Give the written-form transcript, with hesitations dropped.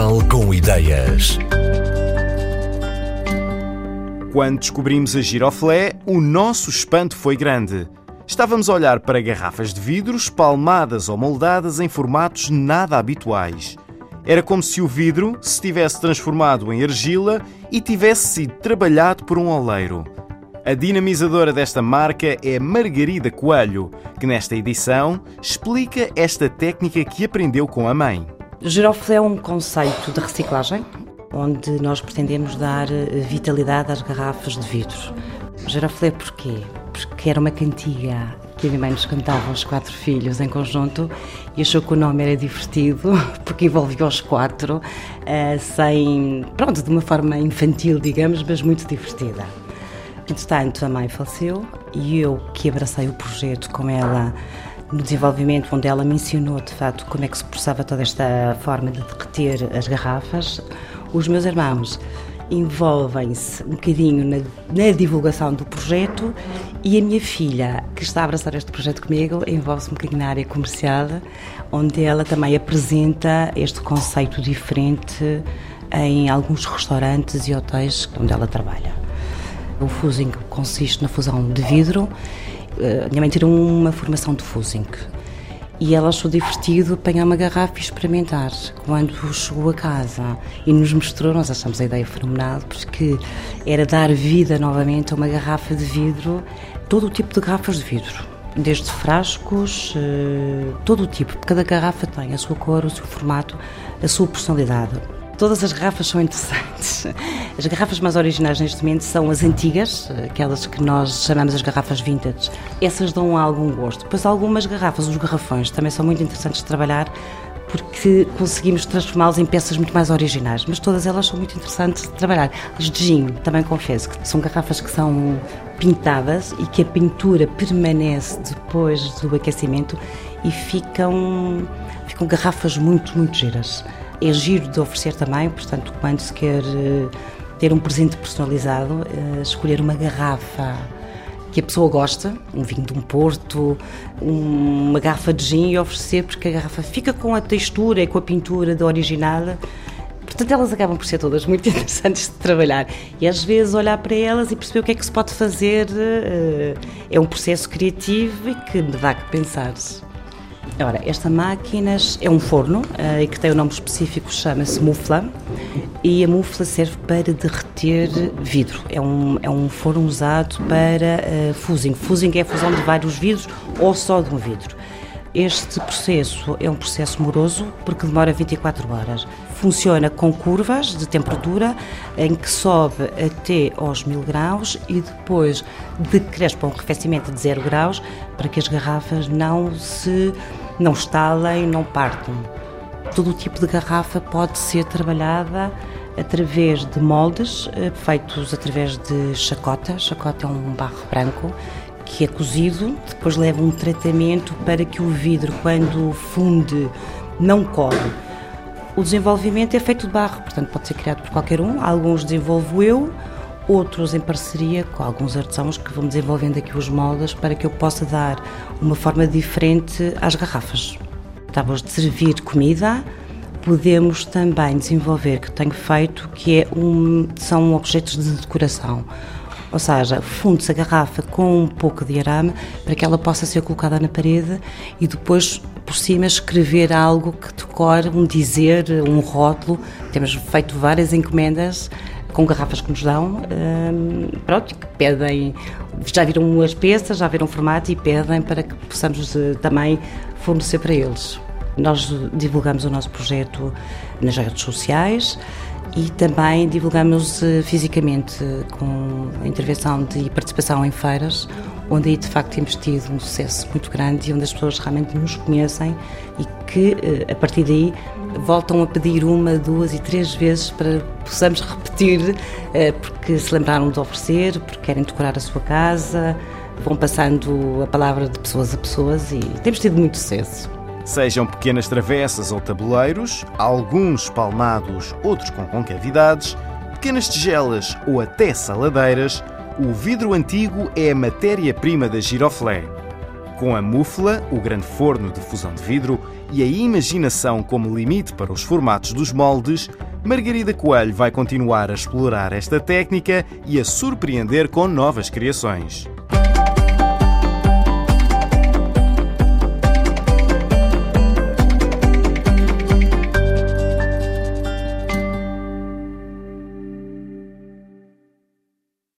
Jornal com Ideias. Quando descobrimos a Giroflé, o nosso espanto foi grande. Estávamos a olhar para garrafas de vidro espalmadas ou moldadas em formatos nada habituais. Era como se o vidro se tivesse transformado em argila e tivesse sido trabalhado por um oleiro. A dinamizadora desta marca é Margarida Coelho, que nesta edição explica esta técnica que aprendeu com a mãe. Giroflé é um conceito de reciclagem, onde nós pretendemos dar vitalidade às garrafas de vidro. Giroflé porquê? Porque era uma cantiga que a minha mãe nos cantava, os 4 filhos em conjunto, e achou que o nome era divertido, porque envolvia os 4, de uma forma infantil, digamos, mas muito divertida. Entretanto, a mãe faleceu e eu que abracei o projeto com ela no desenvolvimento, onde ela me ensinou, de facto, como é que se processava toda esta forma de derreter as garrafas. Os meus irmãos envolvem-se um bocadinho na divulgação do projeto e a minha filha, que está a abraçar este projeto comigo, envolve-se um bocadinho na área comercial, onde ela também apresenta este conceito diferente em alguns restaurantes e hotéis onde ela trabalha. O fusing consiste na fusão de vidro. A minha mãe tirou uma formação de fusing e ela achou divertido apanhar uma garrafa e experimentar. Quando chegou a casa e nos mostrou, nós achamos a ideia fenomenal, porque era dar vida novamente a uma garrafa de vidro, todo o tipo de garrafas de vidro, desde frascos, todo o tipo. Cada garrafa tem a sua cor, o seu formato, a sua personalidade. Todas as garrafas são interessantes. As garrafas mais originais neste momento são as antigas, aquelas que nós chamamos as garrafas vintage. Essas dão algum gosto. Depois algumas garrafas, os garrafões, também são muito interessantes de trabalhar porque conseguimos transformá-los em peças muito mais originais. Mas todas elas são muito interessantes de trabalhar. As de gin, também confesso, que são garrafas que são pintadas e que a pintura permanece depois do aquecimento e ficam garrafas muito, muito giras. É giro de oferecer também, portanto, quando se quer ter um presente personalizado, escolher uma garrafa que a pessoa gosta, um vinho de um Porto, uma garrafa de gin e oferecer, porque a garrafa fica com a textura e com a pintura da original. Portanto, elas acabam por ser todas muito interessantes de trabalhar. E às vezes olhar para elas e perceber o que é que se pode fazer é um processo criativo e que me dá que pensar. Ora, esta máquina é um forno e que tem o nome específico, chama-se mufla, e a mufla serve para derreter vidro. É um forno usado para fusing. Fusing é a fusão de vários vidros ou só de um vidro. Este processo é um processo moroso porque demora 24 horas. Funciona com curvas de temperatura em que sobe até aos 1000 graus e depois decresce para um arrefecimento de 0 graus para que as garrafas não estalem, não partam. Todo o tipo de garrafa pode ser trabalhada através de moldes feitos através de chacota. Chacota é um barro branco que é cozido, depois leva um tratamento para que o vidro, quando funde, não corre. O desenvolvimento é feito de barro, portanto pode ser criado por qualquer um. Alguns desenvolvo eu, outros em parceria com alguns artesãos que vão desenvolvendo aqui os moldes para que eu possa dar uma forma diferente às garrafas. Tábuas de servir comida, podemos também desenvolver, que tenho feito, que são objetos de decoração. Ou seja, funde-se a garrafa com um pouco de arame para que ela possa ser colocada na parede e depois, por cima, escrever algo que decore, um dizer, um rótulo. Temos feito várias encomendas com garrafas que nos dão, que pedem, já viram as peças, já viram o formato e pedem para que possamos também fornecer para eles. Nós divulgamos o nosso projeto nas redes sociais e também divulgamos fisicamente com a intervenção e participação em feiras, onde aí de facto temos tido um sucesso muito grande e onde as pessoas realmente nos conhecem e que a partir daí voltam a pedir 1, 2 e 3 vezes para que possamos repetir, porque se lembraram de oferecer, porque querem decorar a sua casa, vão passando a palavra de pessoas a pessoas e temos tido muito sucesso. Sejam pequenas travessas ou tabuleiros, alguns espalmados, outros com concavidades, pequenas tigelas ou até saladeiras, o vidro antigo é a matéria-prima da Giroflé. Com a mufla, o grande forno de fusão de vidro e a imaginação como limite para os formatos dos moldes, Margarida Coelho vai continuar a explorar esta técnica e a surpreender com novas criações.